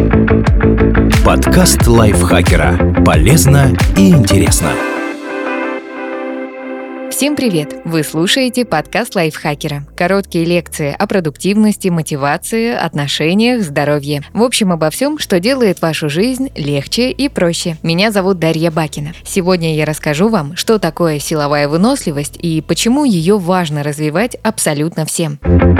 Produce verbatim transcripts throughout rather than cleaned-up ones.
Подкаст лайфхакера. Полезно и интересно. Всем привет! Вы слушаете подкаст лайфхакера. Короткие лекции о продуктивности, мотивации, отношениях, здоровье. В общем, обо всем, что делает вашу жизнь легче и проще. Меня зовут Дарья Бакина. Сегодня я расскажу вам, что такое силовая выносливость и почему ее важно развивать абсолютно всем.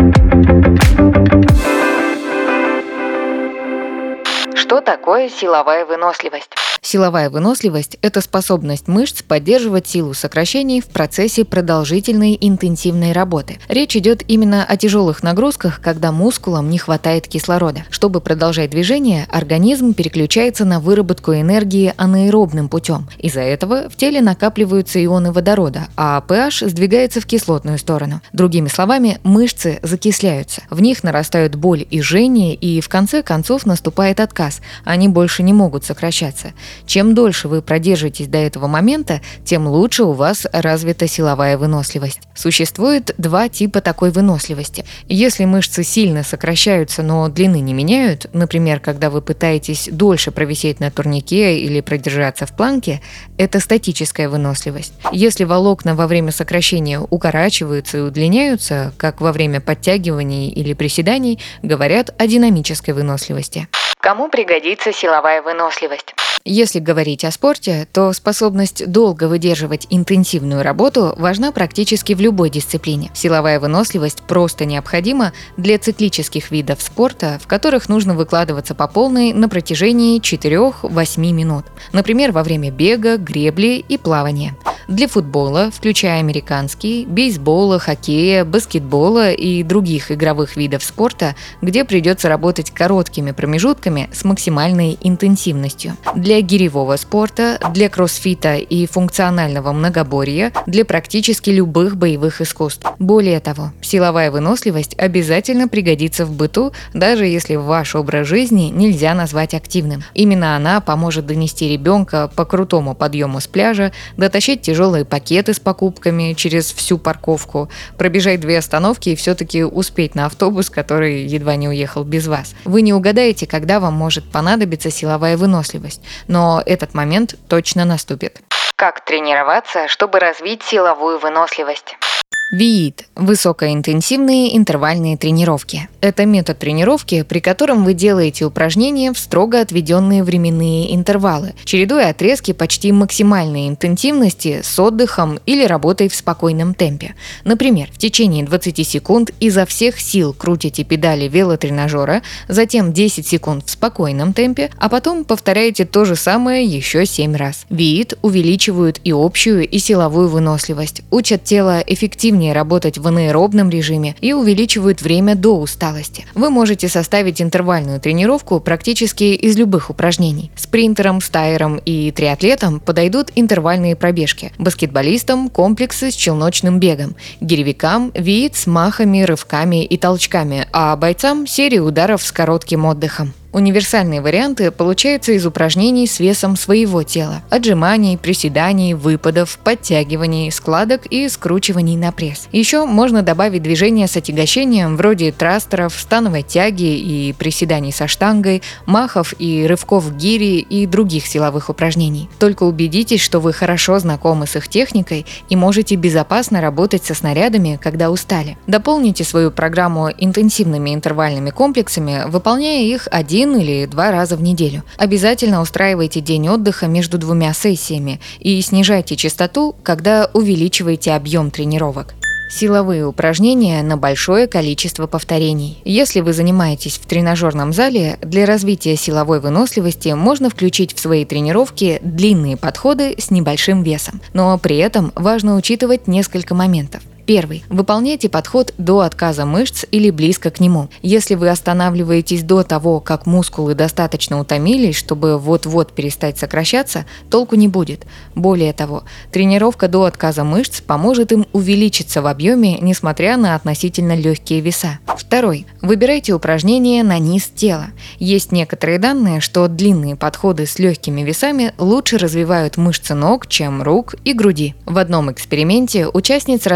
Что такое силовая выносливость? Силовая выносливость – это способность мышц поддерживать силу сокращений в процессе продолжительной интенсивной работы. Речь идет именно о тяжелых нагрузках, когда мускулам не хватает кислорода. Чтобы продолжать движение, организм переключается на выработку энергии анаэробным путем. Из-за этого в теле накапливаются ионы водорода, а pH сдвигается в кислотную сторону. Другими словами, мышцы закисляются. В них нарастают боль и жжение, и в конце концов наступает отказ. Они больше не могут сокращаться. Чем дольше вы продержитесь до этого момента, тем лучше у вас развита силовая выносливость. Существует два типа такой выносливости. Если мышцы сильно сокращаются, но длины не меняют, например, когда вы пытаетесь дольше провисеть на турнике или продержаться в планке, это статическая выносливость. Если волокна во время сокращения укорачиваются и удлиняются, как во время подтягиваний или приседаний, говорят о динамической выносливости. Кому пригодится силовая выносливость? Если говорить о спорте, то способность долго выдерживать интенсивную работу важна практически в любой дисциплине. Силовая выносливость просто необходима для циклических видов спорта, в которых нужно выкладываться по полной на протяжении четыре-восемь минут. Например, во время бега, гребли и плавания. Для футбола, включая американский, бейсбола, хоккея, баскетбола и других игровых видов спорта, где придется работать короткими промежутками с максимальной интенсивностью. Для гиревого спорта, для кроссфита и функционального многоборья, для практически любых боевых искусств. Более того, силовая выносливость обязательно пригодится в быту, даже если ваш образ жизни нельзя назвать активным. Именно она поможет донести ребенка по крутому подъему с пляжа, дотащить тяжелые пакеты с покупками через всю парковку, пробежать две остановки и все-таки успеть на автобус, который едва не уехал без вас. Вы не угадаете, когда вам может понадобиться силовая выносливость, но этот момент точно наступит. Как тренироваться, чтобы развить силовую выносливость? ви ай ти – высокоинтенсивные интервальные тренировки. Это метод тренировки, при котором вы делаете упражнения в строго отведенные временные интервалы, чередуя отрезки почти максимальной интенсивности с отдыхом или работой в спокойном темпе. Например, в течение двадцати секунд изо всех сил крутите педали велотренажера, затем десять секунд в спокойном темпе, а потом повторяете то же самое еще семь раз. ви ай ти увеличивают и общую, и силовую выносливость, учат тело эффективнее работать в анаэробном режиме и увеличивают время до усталости. Вы можете составить интервальную тренировку практически из любых упражнений. Спринтерам, стайерам и триатлетам подойдут интервальные пробежки, баскетболистам – комплексы с челночным бегом, гиревикам – ви ай ти с махами, рывками и толчками, а бойцам – серии ударов с коротким отдыхом. Универсальные варианты получаются из упражнений с весом своего тела, отжиманий, приседаний, выпадов, подтягиваний, складок и скручиваний на пресс. Еще можно добавить движения с отягощением вроде трастеров, становой тяги и приседаний со штангой, махов и рывков гири и других силовых упражнений. Только убедитесь, что вы хорошо знакомы с их техникой и можете безопасно работать со снарядами, когда устали. Дополните свою программу интенсивными интервальными комплексами, выполняя их один или два раза в неделю. Обязательно устраивайте день отдыха между двумя сессиями и снижайте частоту, когда увеличиваете объем тренировок. Силовые упражнения на большое количество повторений. Если вы занимаетесь в тренажерном зале, для развития силовой выносливости можно включить в свои тренировки длинные подходы с небольшим весом. Но при этом важно учитывать несколько моментов. Первый. Выполняйте подход до отказа мышц или близко к нему. Если вы останавливаетесь до того, как мускулы достаточно утомились, чтобы вот-вот перестать сокращаться, толку не будет. Более того, тренировка до отказа мышц поможет им увеличиться в объеме, несмотря на относительно легкие веса. Второй. Выбирайте упражнения на низ тела. Есть некоторые данные, что длинные подходы с легкими весами лучше развивают мышцы ног, чем рук и груди. В одном эксперименте участниц разбили на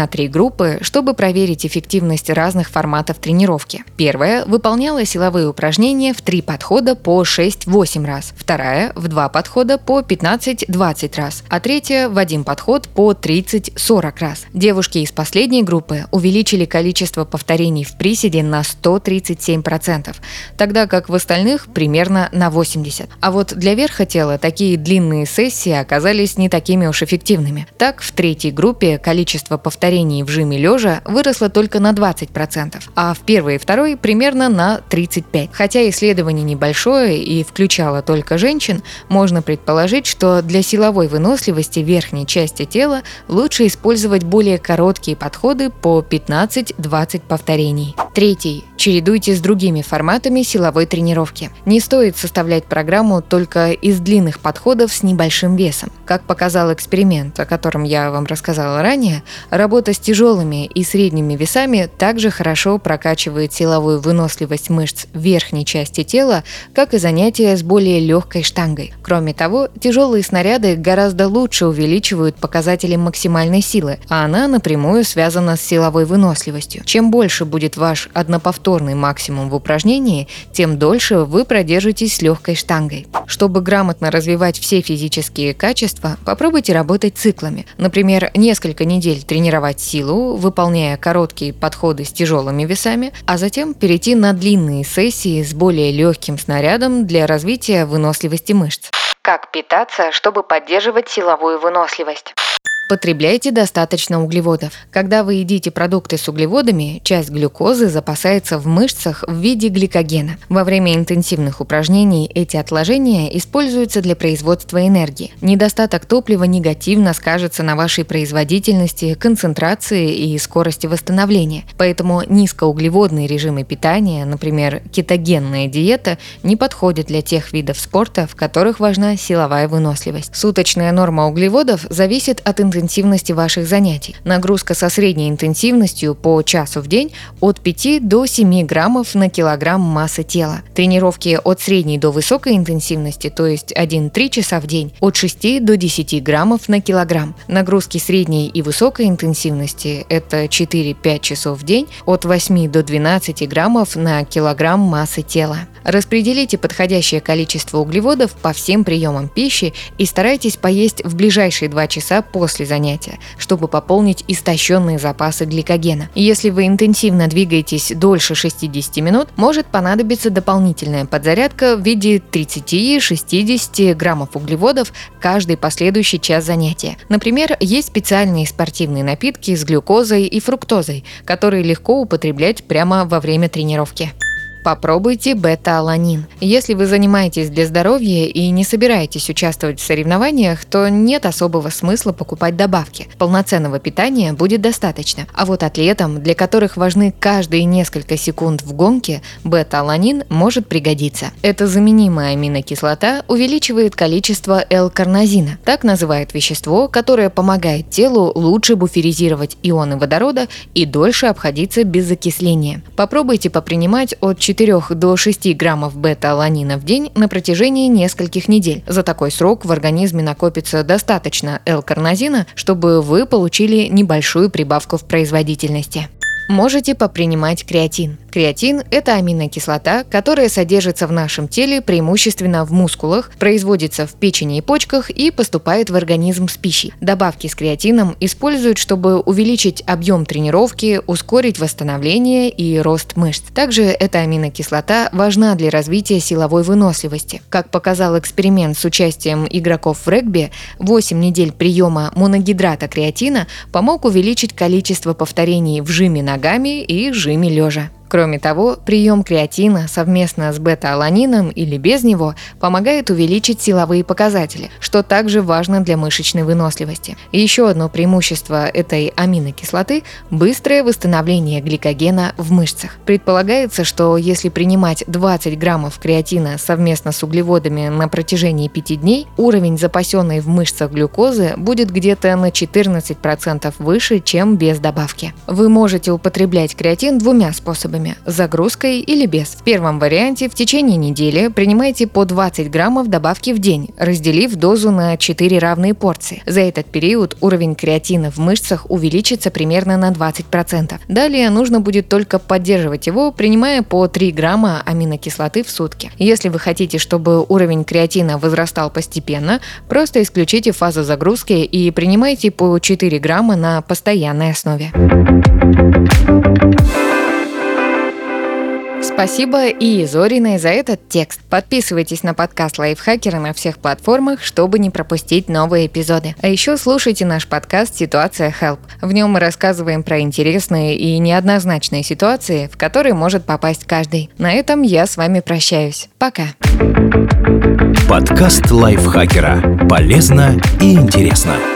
на три группы, чтобы проверить эффективность разных форматов тренировки. Первая выполняла силовые упражнения в три подхода по шесть-восемь раз, вторая – в два подхода по пятнадцать-двадцать раз, а третья – в один подход по тридцать-сорок раз. Девушки из последней группы увеличили количество повторений в приседе на сто тридцать семь процентов, тогда как в остальных примерно на восемьдесят процентов. А вот для верха тела такие длинные сессии оказались не такими уж эффективными. Так, в третьей группе количество повторений в жиме лежа выросло только на двадцать процентов, а в первой и второй примерно на тридцать пять процентов. Хотя исследование небольшое и включало только женщин, можно предположить, что для силовой выносливости верхней части тела лучше использовать более короткие подходы по пятнадцать-двадцать повторений. Третий. Чередуйте с другими форматами силовой тренировки. Не стоит составлять программу только из длинных подходов с небольшим весом. Как показал эксперимент, о котором я вам рассказала ранее, работа с тяжелыми и средними весами также хорошо прокачивает силовую выносливость мышц верхней части тела, как и занятия с более легкой штангой. Кроме того, тяжелые снаряды гораздо лучше увеличивают показатели максимальной силы, а она напрямую связана с силовой выносливостью. Чем больше будет ваш одноповторный максимум в упражнении, тем дольше вы продержитесь с легкой штангой. Чтобы грамотно развивать все физические качества, попробуйте работать циклами. Например, несколько недель тренировать силу, выполняя короткие подходы с тяжелыми весами, а затем перейти на длинные сессии с более легким снарядом для развития выносливости мышц. Как питаться, чтобы поддерживать силовую выносливость? Потребляйте достаточно углеводов. Когда вы едите продукты с углеводами, часть глюкозы запасается в мышцах в виде гликогена. Во время интенсивных упражнений эти отложения используются для производства энергии. Недостаток топлива негативно скажется на вашей производительности, концентрации и скорости восстановления. Поэтому низкоуглеводные режимы питания, например, кетогенная диета, не подходят для тех видов спорта, в которых важна силовая выносливость. Суточная норма углеводов зависит от интенсивности интенсивности ваших занятий. Нагрузка со средней интенсивностью по часу в день от пяти до семи граммов на килограмм массы тела. Тренировки от средней до высокой интенсивности, то есть один-три часа в день, от шести до десяти граммов на килограмм. Нагрузки средней и высокой интенсивности – это четыре-пять часов в день, от восьми до двенадцати граммов на килограмм массы тела. Распределите подходящее количество углеводов по всем приемам пищи и старайтесь поесть в ближайшие два часа после занятия, чтобы пополнить истощенные запасы гликогена. Если вы интенсивно двигаетесь дольше шестидесяти минут, может понадобиться дополнительная подзарядка в виде тридцати-шестидесяти граммов углеводов каждый последующий час занятия. Например, есть специальные спортивные напитки с глюкозой и фруктозой, которые легко употреблять прямо во время тренировки. Попробуйте бета-аланин. Если вы занимаетесь для здоровья и не собираетесь участвовать в соревнованиях, то нет особого смысла покупать добавки. Полноценного питания будет достаточно. А вот атлетам, для которых важны каждые несколько секунд в гонке, бета-аланин может пригодиться. Эта заменимая аминокислота увеличивает количество L-карнозина. Так называют вещество, которое помогает телу лучше буферизировать ионы водорода и дольше обходиться без окисления. Попробуйте попринимать от четырёх до шести граммов бета-аланина в день на протяжении нескольких недель. За такой срок в организме накопится достаточно L-карнозина, чтобы вы получили небольшую прибавку в производительности. Можете попринимать креатин. Креатин – это аминокислота, которая содержится в нашем теле преимущественно в мускулах, производится в печени и почках и поступает в организм с пищей. Добавки с креатином используют, чтобы увеличить объем тренировки, ускорить восстановление и рост мышц. Также эта аминокислота важна для развития силовой выносливости. Как показал эксперимент с участием игроков в регби, восемь недель приема моногидрата креатина помог увеличить количество повторений в жиме ногами и жиме лежа. Кроме того, прием креатина совместно с бета-аланином или без него помогает увеличить силовые показатели, что также важно для мышечной выносливости. И еще одно преимущество этой аминокислоты – быстрое восстановление гликогена в мышцах. Предполагается, что если принимать двадцать граммов креатина совместно с углеводами на протяжении пяти дней, уровень запасенной в мышцах глюкозы будет где-то на четырнадцать процентов выше, чем без добавки. Вы можете употреблять креатин двумя способами. килограммами, с загрузкой или без. В первом варианте в течение недели принимайте по двадцать граммов добавки в день, разделив дозу на четыре равные порции. За этот период уровень креатина в мышцах увеличится примерно на двадцать процентов. Далее нужно будет только поддерживать его, принимая по три грамма аминокислоты в сутки. Если вы хотите, чтобы уровень креатина возрастал постепенно, просто исключите фазу загрузки и принимайте по четыре грамма на постоянной основе. Спасибо и Зориной за этот текст. Подписывайтесь на подкаст Лайфхакера на всех платформах, чтобы не пропустить новые эпизоды. А еще слушайте наш подкаст «Ситуация Help». В нем мы рассказываем про интересные и неоднозначные ситуации, в которые может попасть каждый. На этом я с вами прощаюсь. Пока. Подкаст Лайфхакера. Полезно и интересно.